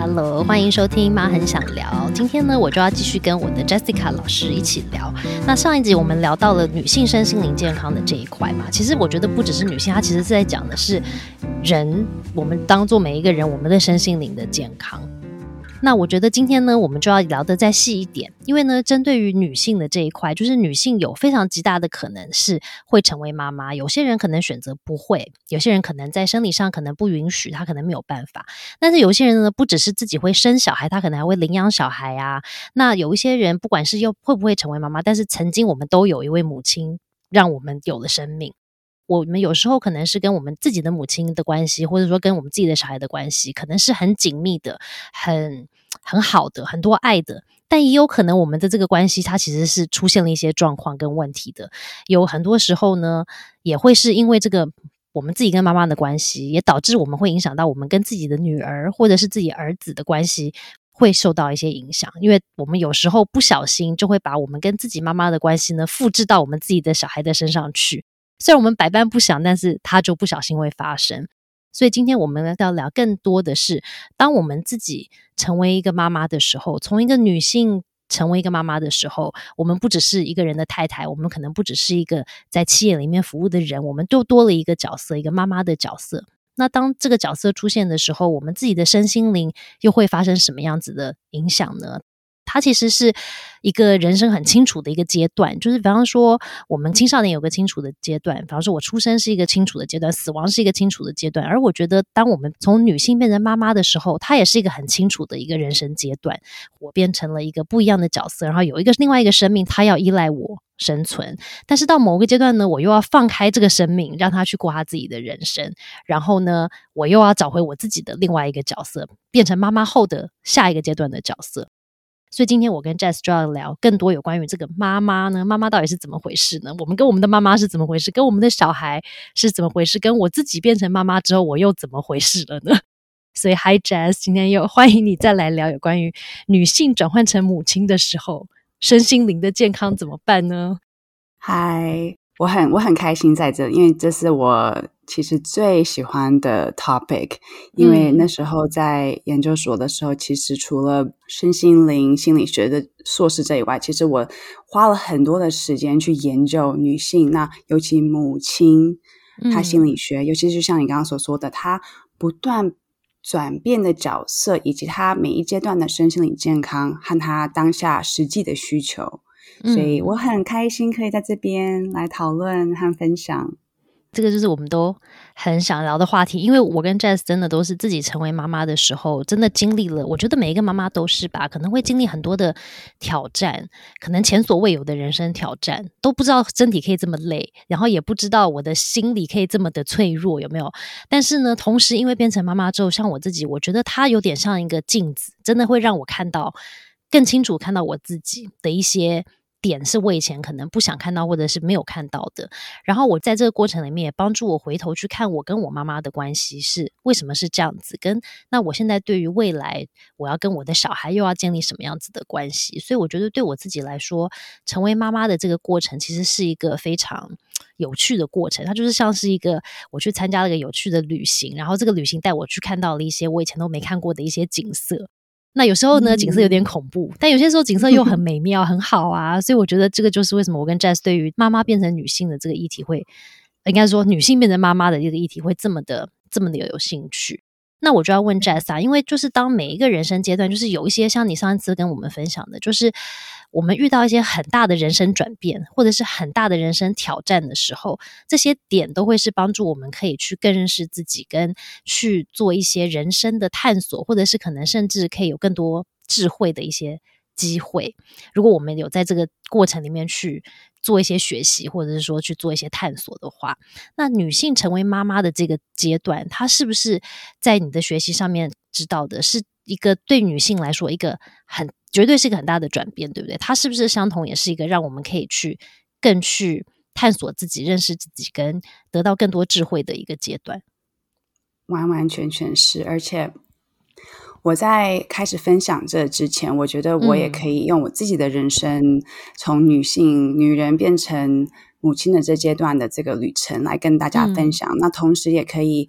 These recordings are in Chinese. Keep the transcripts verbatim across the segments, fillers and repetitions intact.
Hello， 欢迎收听妈很想聊。今天呢，我就要继续跟我的 Jessica 老师一起聊。那上一集我们聊到了女性身心灵健康的这一块嘛，其实我觉得不只是女性，它其实是在讲的是人，我们当做每一个人我们的身心灵的健康。那我觉得今天呢，我们就要聊得再细一点，因为呢，针对于女性的这一块，就是女性有非常极大的可能是会成为妈妈，有些人可能选择不会，有些人可能在生理上可能不允许，他可能没有办法。但是有些人呢，不只是自己会生小孩，他可能还会领养小孩啊。那有一些人，不管是又会不会成为妈妈，但是曾经我们都有一位母亲，让我们有了生命。我们有时候可能是跟我们自己的母亲的关系，或者说跟我们自己的小孩的关系，可能是很紧密的，很很好的，很多爱的，但也有可能我们的这个关系它其实是出现了一些状况跟问题的。有很多时候呢，也会是因为这个我们自己跟妈妈的关系，也导致我们会影响到我们跟自己的女儿或者是自己儿子的关系，会受到一些影响。因为我们有时候不小心就会把我们跟自己妈妈的关系呢复制到我们自己的小孩的身上去。虽然我们百般不想，但是它就不小心会发生。所以今天我们要聊更多的是，当我们自己成为一个妈妈的时候，从一个女性成为一个妈妈的时候，我们不只是一个人的太太，我们可能不只是一个在企业里面服务的人，我们就多了一个角色，一个妈妈的角色。那当这个角色出现的时候，我们自己的身心灵又会发生什么样子的影响呢？它其实是一个人生很清楚的一个阶段，就是比方说我们青少年有个清楚的阶段，比方说我出生是一个清楚的阶段，死亡是一个清楚的阶段，而我觉得当我们从女性变成妈妈的时候，它也是一个很清楚的一个人生阶段，我变成了一个不一样的角色，然后有一个另外一个生命，它要依赖我生存，但是到某个阶段呢，我又要放开这个生命，让他去过他自己的人生，然后呢，我又要找回我自己的另外一个角色，变成妈妈后的下一个阶段的角色。所以今天我跟 Jess 就要聊更多有关于这个妈妈呢，妈妈到底是怎么回事呢？我们跟我们的妈妈是怎么回事？跟我们的小孩是怎么回事？跟我自己变成妈妈之后，我又怎么回事了呢？所以 Hi Jess， 今天又欢迎你再来聊有关于女性转换成母亲的时候，身心灵的健康怎么办呢？ 嗨，我很我很开心在这，因为这是我其实最喜欢的 topic， 因为那时候在研究所的时候，其实除了身心灵心理学的硕士这以外，其实我花了很多的时间去研究女性，那尤其母亲她心理学、嗯、尤其是像你刚刚所说的，她不断转变的角色，以及她每一阶段的身心灵健康和她当下实际的需求，所以我很开心可以在这边来讨论和分享。 这个就是我们都很想聊的话题，因为我跟 Jess 真的都是自己成为妈妈的时候，真的经历了，我觉得每一个妈妈都是吧，可能会经历很多的挑战，可能前所未有的人生挑战，都不知道身体可以这么累，然后也不知道我的心理可以这么的脆弱，有没有？但是呢，同时因为变成妈妈之后，像我自己，我觉得它有点像一个镜子，真的会让我看到更清楚看到我自己的一些点是我以前可能不想看到或者是没有看到的，然后我在这个过程里面也帮助我回头去看我跟我妈妈的关系是为什么是这样子，跟那我现在对于未来我要跟我的小孩又要建立什么样子的关系。所以我觉得对我自己来说，成为妈妈的这个过程其实是一个非常有趣的过程，它就是像是一个我去参加了一个有趣的旅行，然后这个旅行带我去看到了一些我以前都没看过的一些景色，那有时候呢景色有点恐怖、嗯、但有些时候景色又很美妙很好啊，所以我觉得这个就是为什么我跟 Jess 对于妈妈变成女性的这个议题会，应该说女性变成妈妈的这个议题会这么的这么的有兴趣。那我就要问 Jess 啊，因为就是当每一个人生阶段，就是有一些像你上一次跟我们分享的，就是我们遇到一些很大的人生转变或者是很大的人生挑战的时候，这些点都会是帮助我们可以去更认识自己，跟去做一些人生的探索，或者是可能甚至可以有更多智慧的一些机会。如果我们有在这个过程里面去做一些学习，或者是说去做一些探索的话，那女性成为妈妈的这个阶段，她是不是在你的学习上面知道的是一个对女性来说一个很绝对是一个很大的转变，对不对？它是不是相同也是一个让我们可以去更去探索自己，认识自己，跟得到更多智慧的一个阶段？ 完完全全是，而且我在开始分享这之前，我觉得我也可以用我自己的人生、嗯、从女性女人变成母亲的这阶段的这个旅程来跟大家分享、嗯、那同时也可以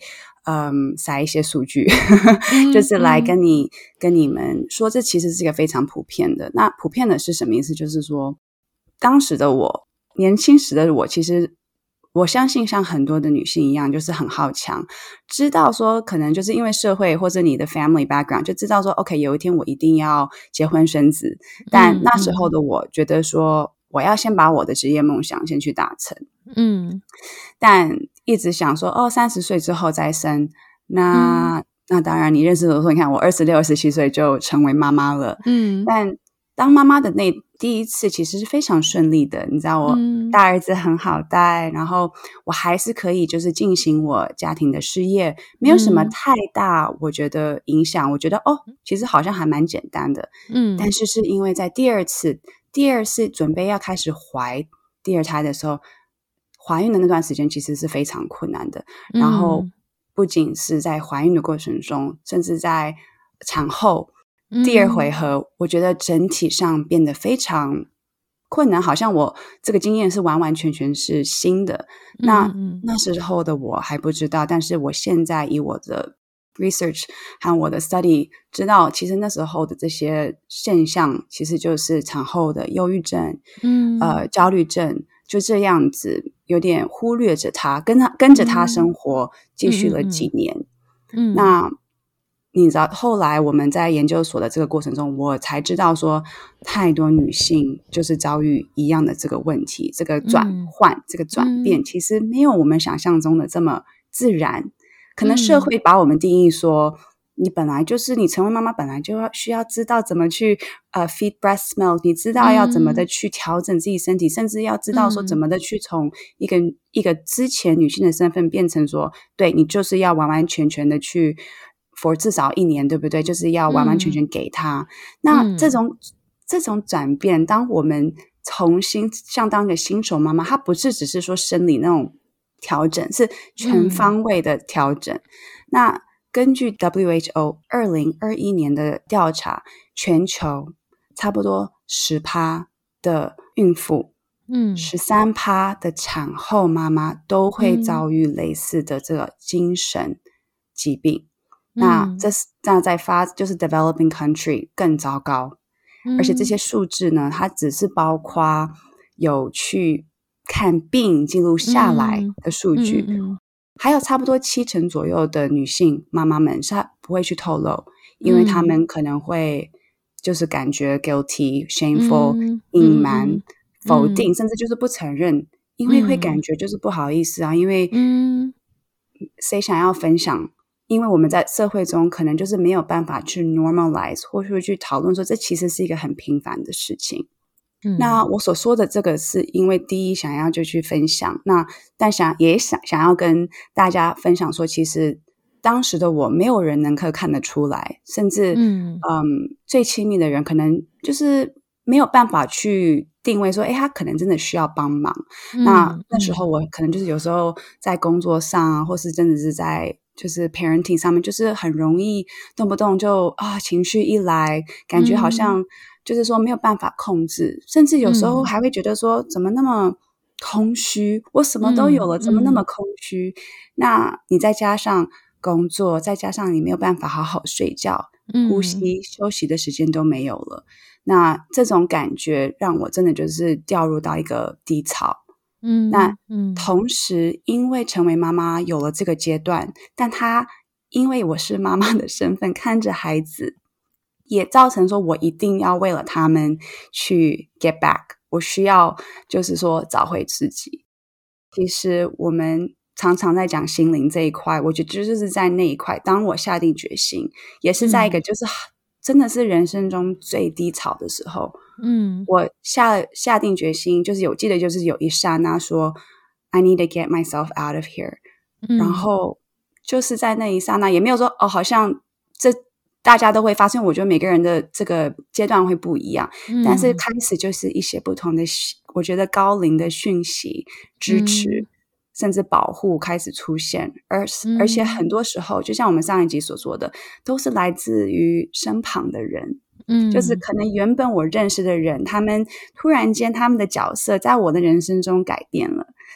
嗯塞一些数据就是来跟你、嗯、跟你们说这其实是一个非常普遍的。那普遍的是什么意思？就是说当时的我，年轻时的我，其实我相信像很多的女性一样，就是很好强，知道说可能就是因为社会或者你的 family background 就知道说 OK 有一天我一定要结婚生子，但那时候的我觉得说我要先把我的职业梦想先去达成，嗯，但一直想说哦三十岁之后再生，那、嗯、那当然你认识我说你看我二十六、二十七岁就成为妈妈了，嗯，但当妈妈的那第一次其实是非常顺利的，你知道我大儿子很好带、嗯、然后我还是可以就是进行我家庭的事业，没有什么太大我觉得影响、嗯、我觉得哦其实好像还蛮简单的，嗯，但是是因为在第二次第二次准备要开始怀第二胎的时候，怀孕的那段时间其实是非常困难的、嗯、然后不仅是在怀孕的过程中，甚至在产后第二回合、嗯、我觉得整体上变得非常困难，好像我这个经验是完完全全是新的、嗯、那那时候的我还不知道，但是我现在以我的 research 和我的 study 知道其实那时候的这些现象其实就是产后的忧郁症、嗯、呃，焦虑症，就这样子有点忽略着他跟他跟着他生活、嗯、继续了几年，嗯，那你知道后来我们在研究所的这个过程中，我才知道说太多女性就是遭遇一样的这个问题，这个转换、嗯、这个转变、嗯、其实没有我们想象中的这么自然，可能社会把我们定义说、嗯、你本来就是你成为妈妈本来就要需要知道怎么去呃 feed breast milk， 你知道要怎么的去调整自己身体、嗯、甚至要知道说怎么的去从一个、嗯、一个之前女性的身份变成说对你就是要完完全全的去for 至少一年，对不对？就是要完完全全给他、嗯、那这种、嗯、这种转变，当我们重新像当个新手妈妈，它不是只是说生理那种调整，是全方位的调整、嗯、那根据 W H O 二零二一年的调查，全球差不多 百分之十 的孕妇嗯 百分之十三 的产后妈妈都会遭遇类似的这个精神疾病、嗯、那这是那在发就是 developing country 更糟糕、嗯、而且这些数字呢，它只是包括有去看病记录下来的数据、嗯嗯嗯、还有差不多七成左右的女性妈妈们是不会去透露，因为她们可能会就是感觉 guilty shameful、嗯、隐瞒、嗯、否定、嗯、甚至就是不承认，因为会感觉就是不好意思啊，因为谁想要分享，因为我们在社会中可能就是没有办法去 normalize 或是去讨论说这其实是一个很平凡的事情、嗯、那我所说的这个是因为第一想要就去分享，那但想也想想要跟大家分享说其实当时的我没有人能够看得出来，甚至 嗯, 嗯最亲密的人可能就是没有办法去定位说诶他可能真的需要帮忙、嗯、那那时候我可能就是有时候在工作上、啊、或是真的是在就是 parenting 上面就是很容易动不动就啊情绪一来感觉好像就是说没有办法控制、嗯、甚至有时候还会觉得说怎么那么空虚，我什么都有了、嗯、怎么那么空虚、嗯、那你再加上工作，再加上你没有办法好好睡觉、嗯、呼吸休息的时间都没有了，那这种感觉让我真的就是掉入到一个低潮。嗯，那同时因为成为妈妈有了这个阶段，但她因为我是妈妈的身份看着孩子，也造成说我一定要为了他们去 get back， 我需要就是说找回自己。其实我们常常在讲心灵这一块，我觉得就是在那一块当我下定决心，也是在一个就是真的是人生中最低潮的时候，嗯，我下下定决心，就是有记得就是有一刹那说 I need to get myself out of here、嗯、然后就是在那一刹那也没有说哦好像这大家都会发现，我觉得每个人的这个阶段会不一样、嗯、但是开始就是一些不同的我觉得高龄的讯息支持、嗯、甚至保护开始出现，而、嗯、而且很多时候就像我们上一集所说的都是来自于身旁的人，嗯，就是可能原本我认识的人，他们突然间他们的角色在我的人生中改变了，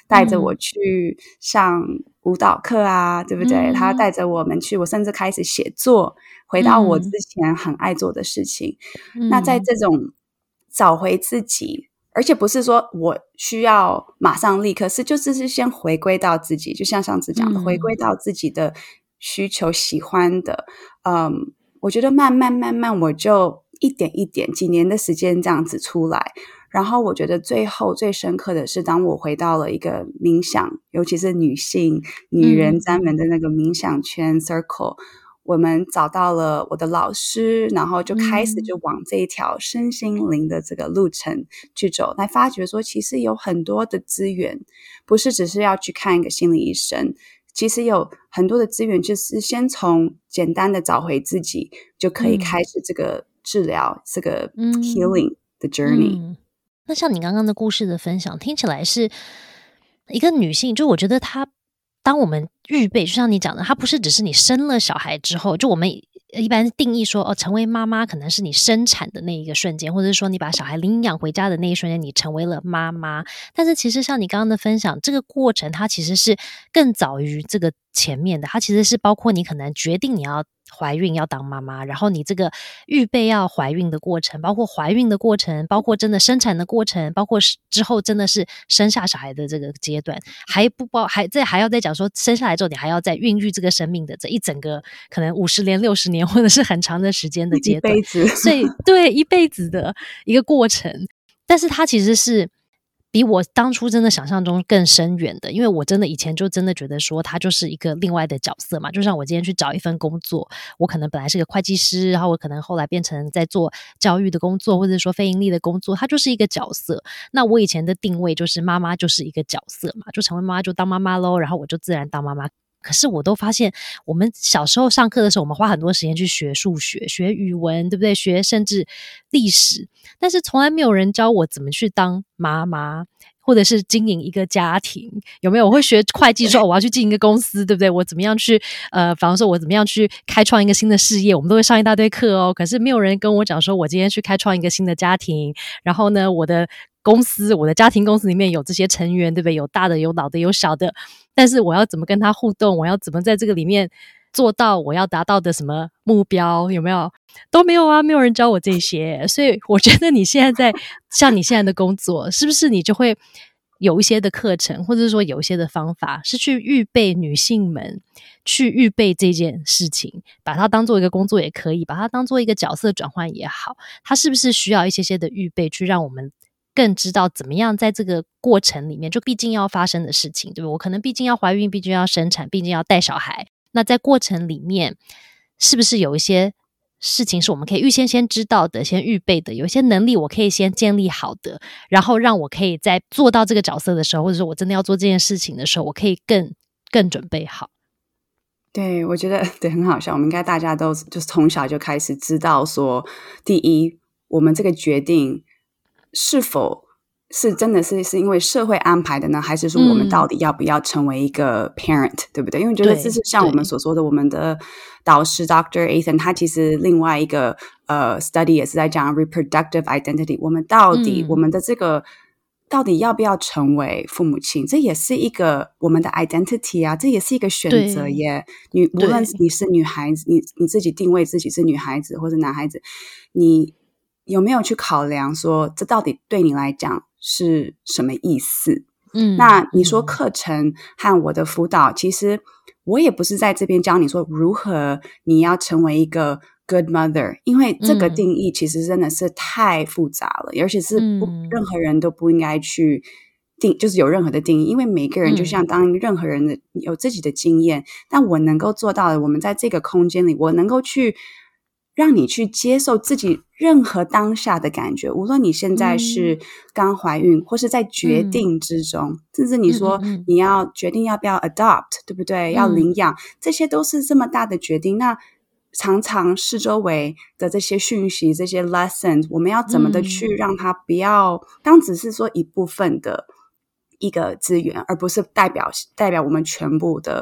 带着我去上舞蹈课啊，对不对？嗯、他带着我们去，我甚至开始写作，回到我之前很爱做的事情。嗯、那在这种找回自己，而且不是说我需要马上立刻，是就是是先回归到自己，就像上次讲的，嗯、回归到自己的需求、喜欢的。嗯，我觉得慢慢慢慢，我就一点一点，几年的时间这样子出来。然后我觉得最后最深刻的是，当我回到了一个冥想，尤其是女性女人专门的那个冥想圈 circle、嗯、我们找到了我的老师，然后就开始就往这一条身心灵的这个路程去走，来发觉说其实有很多的资源，不是只是要去看一个心理医生，其实有很多的资源，就是先从简单的找回自己就可以开始这个治疗、嗯、这个 healing 的 journey、嗯那像你刚刚的故事的分享，听起来是一个女性，就我觉得她，当我们预备，就像你讲的，她不是只是你生了小孩之后，就我们一般定义说，哦，成为妈妈可能是你生产的那一个瞬间，或者是说你把小孩领养回家的那一瞬间，你成为了妈妈。但是其实像你刚刚的分享，这个过程它其实是更早于这个前面的，它其实是包括你可能决定你要怀孕要当妈妈，然后你这个预备要怀孕的过程，包括怀孕的过程，包括真的生产的过程，包括之后真的是生下小孩的这个阶段，还不包还再还要再讲说生下来之后你还要再孕育这个生命的这一整个可能五十年六十年或者是很长的时间的阶段， 一辈子， 所以对一辈子的一个过程，但是它其实是比我当初真的想象中更深远的，因为我真的以前就真的觉得说他就是一个另外的角色嘛，就像我今天去找一份工作，我可能本来是个会计师，然后我可能后来变成在做教育的工作，或者说非盈利的工作，他就是一个角色。那我以前的定位就是妈妈就是一个角色嘛，就成为妈妈就当妈妈咯，然后我就自然当妈妈。可是我都发现我们小时候上课的时候，我们花很多时间去学数学学语文，对不对？学甚至历史，但是从来没有人教我怎么去当妈妈或者是经营一个家庭，有没有？我会学会计说、哦、我要去经营一个公司，对不对？我怎么样去呃，比方说我怎么样去开创一个新的事业，我们都会上一大堆课哦。可是没有人跟我讲说我今天去开创一个新的家庭，然后呢我的公司我的家庭公司里面有这些成员，对不对？有大的有老的有小的，但是我要怎么跟他互动，我要怎么在这个里面做到我要达到的什么目标，有没有？都没有啊，没有人教我这些。所以我觉得你现在在像你现在的工作，是不是你就会有一些的课程，或者说有一些的方法是去预备女性们去预备这件事情，把它当做一个工作也可以，把它当做一个角色转换也好，它是不是需要一些些的预备，去让我们更知道怎么样在这个过程里面，就毕竟要发生的事情，对不对？我可能毕竟要怀孕，毕竟要生产，毕竟要带小孩，那在过程里面是不是有一些事情是我们可以预先先知道的，先预备的，有一些能力我可以先建立好的，然后让我可以在做到这个角色的时候，或者说我真的要做这件事情的时候，我可以更更准备好。 对，我觉得对很好笑，我们应该大家都就是从小就开始知道说，第一，我们这个决定是否是真的是是因为社会安排的呢，还是说我们到底要不要成为一个 parent、嗯、对不对？因为我觉得这是像我们所说的，我们的导师 doctor Ethan 他其实另外一个呃 study 也是在讲 reproductive identity， 我们到底、嗯、我们的这个到底要不要成为父母亲，这也是一个我们的 identity 啊，这也是一个选择耶。你无论你是女孩子，你你自己定位自己是女孩子或者男孩子，你有没有去考量说这到底对你来讲是什么意思？嗯，那你说课程和我的辅导、嗯、其实我也不是在这边教你说如何你要成为一个 good mother， 因为这个定义其实真的是太复杂了、嗯、而且是不、嗯、任何人都不应该去定，就是有任何的定义，因为每个人就像当任何人的有自己的经验、嗯、但我能够做到的，我们在这个空间里我能够去让你去接受自己任何当下的感觉，无论你现在是刚怀孕、嗯、或是在决定之中、嗯、甚至你说你要决定要不要 adopt、嗯、对不对、嗯、要领养，这些都是这么大的决定，那常常四周围的这些讯息这些 lesson 我们要怎么的去让它不要当只是说一部分的一个资源，而不是代表代表我们全部的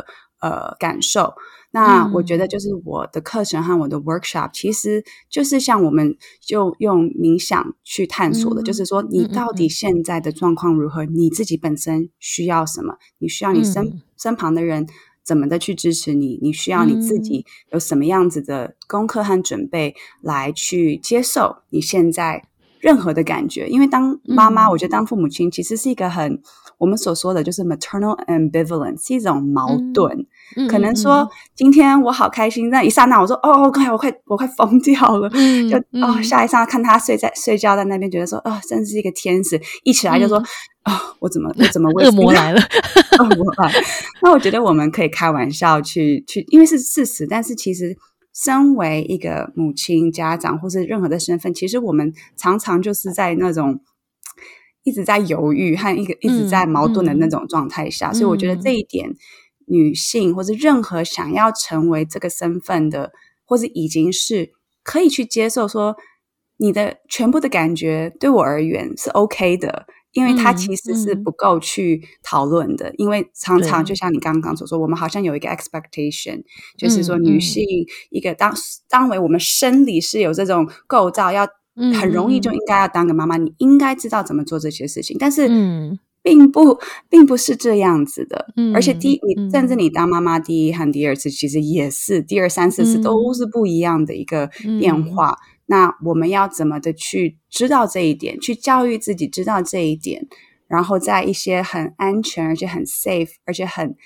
呃感受。那我觉得就是我的课程和我的 workshop 其实就是像我们就用冥想去探索的， 嗯、 就是说你到底现在的状况如何，你自己本身需要什么，你需要你身、嗯、身旁的人怎么的去支持你，你需要你自己有什么样子的功课和准备来去接受你现在任何的感觉。因为当妈妈、嗯、我觉得当父母亲其实是一个很我们所说的就是 maternal ambivalence， 是一种矛盾、嗯、可能说今天我好开心，那一刹那我说哦，快我快我快疯掉了、嗯、就、嗯、哦，下一刹那看他睡在睡觉在那边觉得说哦，真是一个天使，一起来就说、嗯、哦，我怎么我怎么恶魔来了恶魔来了那我觉得我们可以开玩笑去去，因为是事实，但是其实身为一个母亲家长或是任何的身份，其实我们常常就是在那种一直在犹豫和一个一直在矛盾的那种状态下、嗯、所以我觉得这一点、嗯、女性或是任何想要成为这个身份的，或是已经是可以去接受说你的全部的感觉对我而言是 OK 的，因为它其实是不够去讨论的、嗯嗯、因为常常就像你刚刚所说，我们好像有一个 expectation、嗯、就是说女性一个当当为我们生理是有这种构造，要很容易就应该要当个妈妈、嗯、你应该知道怎么做这些事情，但是并不并不是这样子的、嗯、而且第一你甚至你当妈妈第一和第二次其实也是第二三四次都是不一样的一个变化、嗯、那我们要怎么的去知道这一点，去教育自己知道这一点，然后在一些很安全而且很 safe 而且很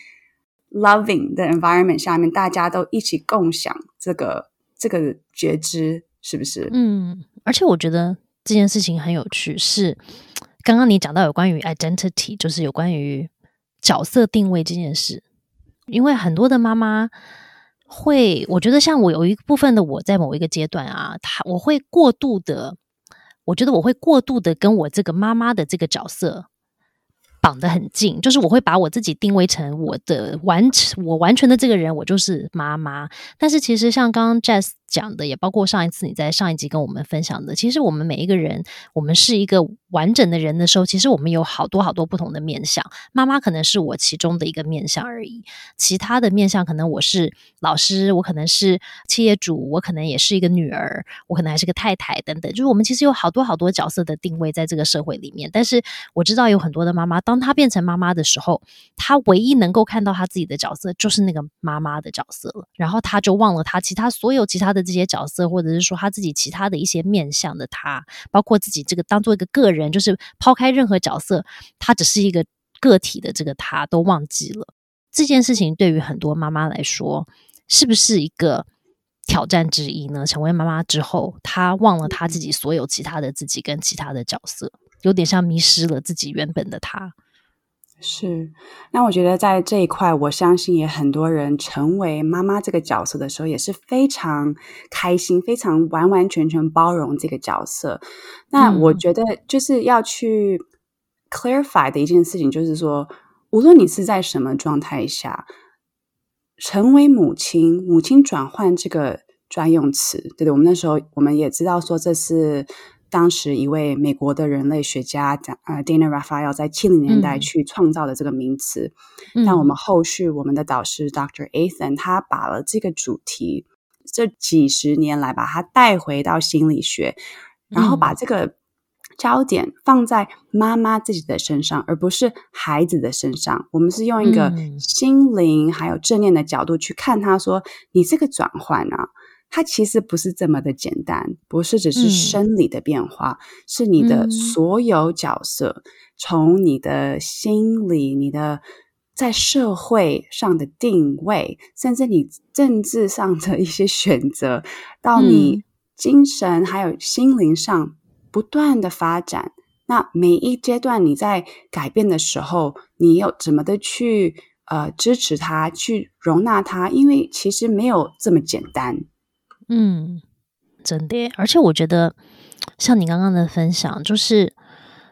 loving 的 environment 下面，大家都一起共享这个这个觉知，是不是？ 嗯，而且我觉得这件事情很有趣，是刚刚你讲到有关于 identity， 就是有关于角色定位这件事，因为很多的妈妈会，我觉得像我有一部分的我在某一个阶段啊，他我会过度的，我觉得我会过度的跟我这个妈妈的这个角色绑得很近，就是我会把我自己定位成我的完我完全的这个人，我就是妈妈。但是其实像刚刚 Jess 讲的，也包括上一次你在上一集跟我们分享的，其实我们每一个人，我们是一个完整的人的时候，其实我们有好多好多不同的面向。妈妈可能是我其中的一个面向而已，其他的面向可能我是老师，我可能是企业主，我可能也是一个女儿，我可能还是个太太等等，就是我们其实有好多好多角色的定位在这个社会里面。但是我知道有很多的妈妈，当她变成妈妈的时候，她唯一能够看到她自己的角色就是那个妈妈的角色了，然后她就忘了她其他所有其他的这些角色，或者是说她自己其他的一些面向的她，包括自己这个当做一个个人，就是抛开任何角色，她只是一个个体的这个她都忘记了。这件事情对于很多妈妈来说是不是一个挑战之一呢？成为妈妈之后，她忘了她自己所有其他的自己跟其他的角色，有点像迷失了自己原本的她。 是，那我觉得在这一块，我相信也很多人成为妈妈这个角色的时候，也是非常开心，非常完完全全包容这个角色。那我觉得就是要去 clarify 的一件事情，就是说，无论你是在什么状态下，成为母亲，母亲转换这个专用词，对对，我们那时候我们也知道说这是当时一位美国的人类学家呃 Dana Raphael 在七零年代去创造的这个名词、嗯、但我们后续我们的导师 Doctor Athan 他把了这个主题这几十年来把它带回到心理学，然后把这个焦点放在妈妈自己的身上，而不是孩子的身上。我们是用一个心灵还有正念的角度去看他，说你这个转换啊，它其实不是这么的简单，不是只是生理的变化、嗯、是你的所有角色、嗯、从你的心理，你的在社会上的定位，甚至你政治上的一些选择，到你精神还有心灵上不断的发展。那每一阶段你在改变的时候，你有怎么的去呃支持它，去容纳它，因为其实没有这么简单。 嗯，真的耶。而且我觉得像你刚刚的分享，就是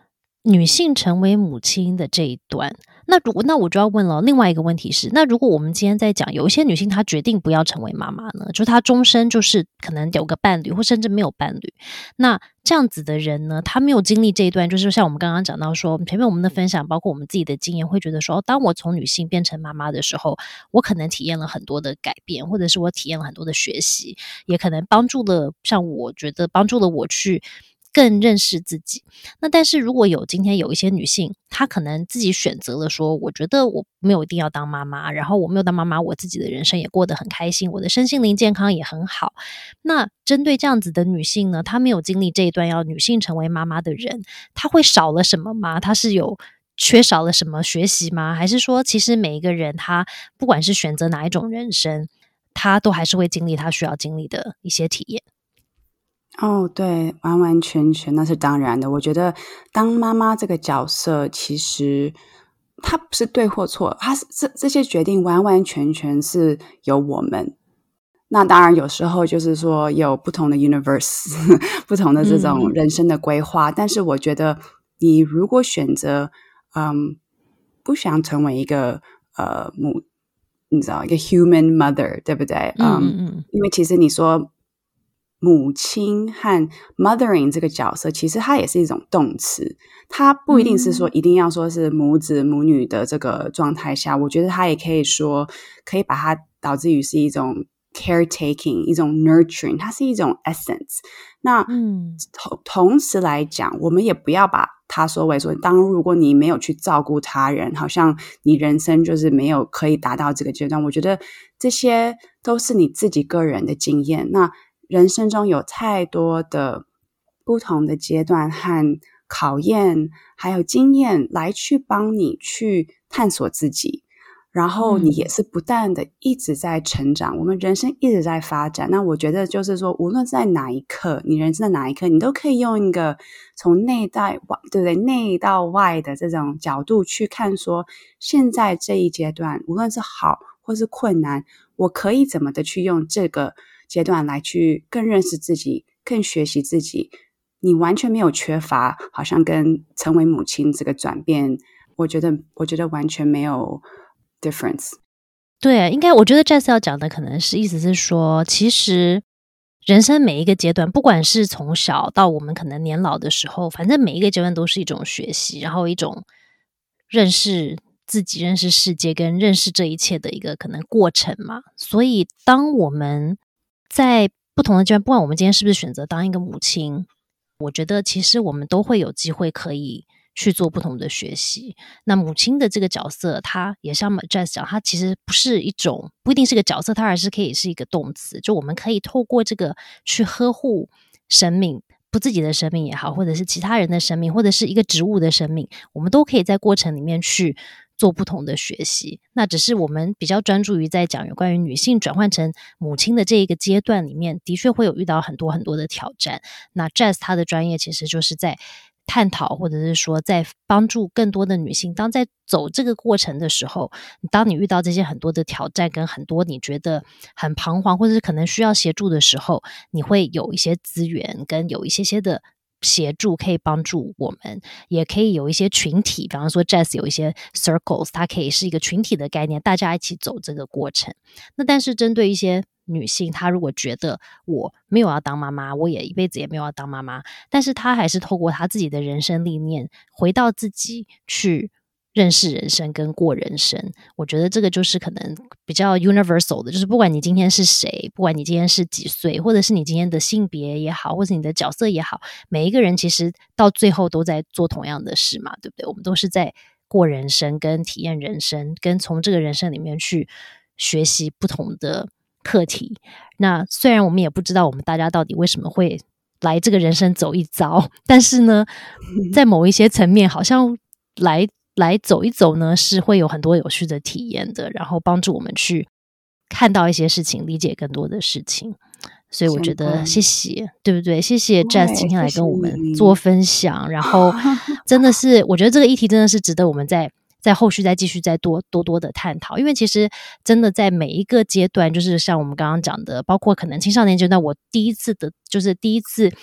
女性成为母亲的这一段，那如果那我就要问了，另外一个问题是，那如果我们今天在讲有一些女性她决定不要成为妈妈呢，就她终身就是可能有个伴侣或甚至没有伴侣，那这样子的人呢，她没有经历这一段，就是像我们刚刚讲到说前面我们的分享包括我们自己的经验，会觉得说当我从女性变成妈妈的时候，我可能体验了很多的改变，或者是我体验了很多的学习，也可能帮助了像我觉得帮助了我去更认识自己。那但是如果有今天有一些女性，她可能自己选择了说，我觉得我没有一定要当妈妈，然后我没有当妈妈，我自己的人生也过得很开心，我的身心灵健康也很好。那针对这样子的女性呢，她没有经历这一段要女性成为妈妈的人，她会少了什么吗？她是有缺少了什么学习吗？还是说其实每一个人她不管是选择哪一种人生，她都还是会经历她需要经历的一些体验？ 哦，对，完完全全那是当然的。我觉得当妈妈这个角色，其实它不是对或错，它是这这些决定完完全全是由我们。那当然有时候就是说有不同的 universe 不同的这种人生的规划、嗯、但是我觉得你如果选择嗯不想成为一个呃母你知道一个 human mother 对不对？嗯嗯嗯，因为其实你说母亲和 mothering 这个角色其实它也是一种动词，它不一定是说一定要说是母子母女的这个状态下，我觉得它也可以说可以把它导致于是一种 caretaking 一种 nurturing， 它是一种 essence。 那、嗯、同, 同时来讲我们也不要把它说为说当如果你没有去照顾他人，好像你人生就是没有可以达到这个阶段。我觉得这些都是你自己个人的经验，那人生中有太多的不同的阶段和考验还有经验来去帮你去探索自己，然后你也是不断的一直在成长、嗯、我们人生一直在发展。那我觉得就是说无论在哪一刻你人生的哪一刻，你都可以用一个从内到外对不对内到外的这种角度去看，说现在这一阶段无论是好或是困难，我可以怎么的去用这个阶段来去更认识自己更学习自己。你完全没有缺乏好像跟成为母亲这个转变，我觉得我觉得完全没有 difference。 对，应该我觉得 Jess 要讲的可能是意思是说，其实人生每一个阶段不管是从小到我们可能年老的时候，反正每一个阶段都是一种学习，然后一种认识自己认识世界跟认识这一切的一个可能过程嘛。所以当我们在不同的阶段，不管我们今天是不是选择当一个母亲，我觉得其实我们都会有机会可以去做不同的学习。那母亲的这个角色，它也像 Jess 讲，它其实不是一种不一定是个角色，它还是可以是一个动词，就我们可以透过这个去呵护生命，不自己的生命也好，或者是其他人的生命，或者是一个植物的生命，我们都可以在过程里面去做不同的学习。那只是我们比较专注于在讲有关于女性转换成母亲的这一个阶段里面，的确会有遇到很多很多的挑战。那 Jess 她的专业其实就是在探讨，或者是说在帮助更多的女性，当在走这个过程的时候，当你遇到这些很多的挑战跟很多你觉得很彷徨或者是可能需要协助的时候，你会有一些资源跟有一些些的协助可以帮助我们，也可以有一些群体，比方说 Jess 有一些 circles， 它可以是一个群体的概念，大家一起走这个过程。那但是针对一些女性，她如果觉得我没有要当妈妈，我也一辈子也没有要当妈妈，但是她还是透过她自己的人生历练回到自己去认识人生跟过人生。我觉得这个就是可能比较 universal 的，就是不管你今天是谁，不管你今天是几岁，或者是你今天的性别也好，或者你的角色也好，每一个人其实到最后都在做同样的事嘛，对不对？我们都是在过人生跟体验人生，跟从这个人生里面去学习不同的课题。那虽然我们也不知道我们大家到底为什么会来这个人生走一遭，但是呢在某一些层面好像来来走一走呢是会有很多有趣的体验的，然后帮助我们去看到一些事情，理解更多的事情。所以我觉得谢谢，对不对？谢谢 Jess 今天来跟我们做分享，然后真的是我觉得这个议题真的是值得我们在在后续再继续再多多多的探讨。因为其实真的在每一个阶段，就是像我们刚刚讲的，包括可能青少年阶段，我第一次的就是第一次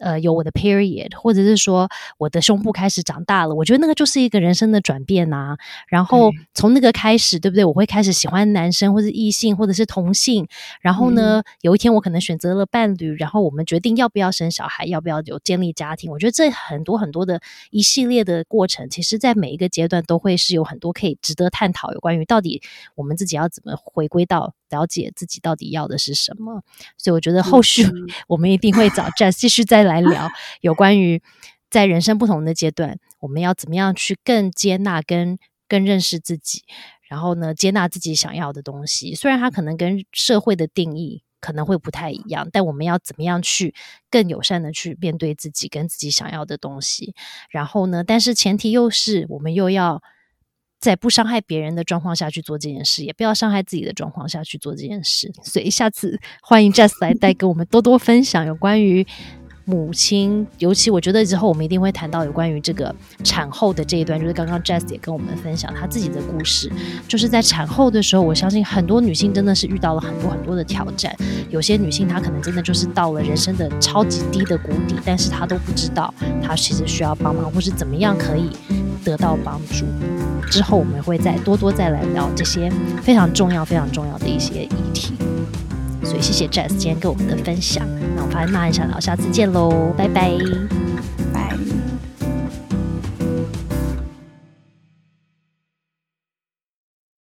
呃有我的 period， 或者是说我的胸部开始长大了，我觉得那个就是一个人生的转变啊。然后从那个开始，对不对？我会开始喜欢男生或者异性或者是同性，然后呢、嗯、有一天我可能选择了伴侣，然后我们决定要不要生小孩，要不要有建立家庭。我觉得这很多很多的一系列的过程，其实在每一个阶段都会是有很多可以值得探讨，有关于到底我们自己要怎么回归到了解自己到底要的是什么。所以我觉得后续我们一定会找 Jess 继续再来聊有关于在人生不同的阶段我们要怎么样去更接纳跟更认识自己，然后呢接纳自己想要的东西。虽然它可能跟社会的定义可能会不太一样，但我们要怎么样去更友善的去面对自己跟自己想要的东西。然后呢，但是前提又是我们又要在不伤害别人的状况下去做这件事，也不要伤害自己的状况下去做这件事。所以下次欢迎 Jess 来带给我们多多分享有关于母亲，尤其我觉得之后我们一定会谈到有关于这个产后的这一段，就是刚刚 Jess 也跟我们分享她自己的故事。就是在产后的时候，我相信很多女性真的是遇到了很多很多的挑战，有些女性她可能真的就是到了人生的超级低的谷底，但是她都不知道她其实需要帮忙，或是怎么样可以得到帮助。之后我们会再多多再来聊这些非常重要非常重要的一些议题。所以谢谢 Jess 今天跟我们的分享，那我们马很想聊，下次见喽，拜拜。